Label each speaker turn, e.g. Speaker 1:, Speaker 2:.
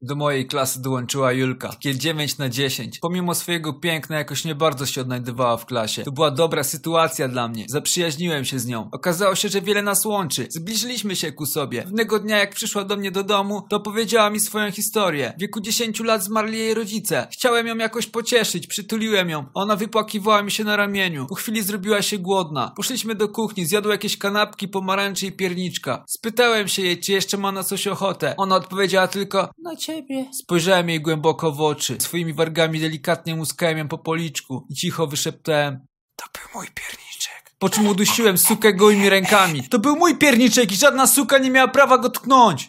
Speaker 1: Do mojej klasy dołączyła Julka. Takie 9 na 10. Pomimo swojego piękna jakoś nie bardzo się odnajdywała w klasie. To była dobra sytuacja dla mnie. Zaprzyjaźniłem się z nią. Okazało się, że wiele nas łączy. Zbliżyliśmy się ku sobie. Pewnego dnia jak przyszła do mnie do domu, to opowiedziała mi swoją historię. W wieku 10 lat zmarli jej rodzice. Chciałem ją jakoś pocieszyć, przytuliłem ją. Ona wypłakiwała mi się na ramieniu. Po chwili zrobiła się głodna. Poszliśmy do kuchni, zjadła jakieś kanapki, pomarańcze i pierniczka. Spytałem się jej, czy jeszcze ma na coś ochotę. Ona odpowiedziała tylko: na ciebie. Spojrzałem jej głęboko w oczy. Swoimi wargami delikatnie muskałem ją po policzku i cicho wyszeptałem: to był mój pierniczek. Po czym udusiłem sukę gołymi rękami. To był mój pierniczek i żadna suka nie miała prawa go tknąć.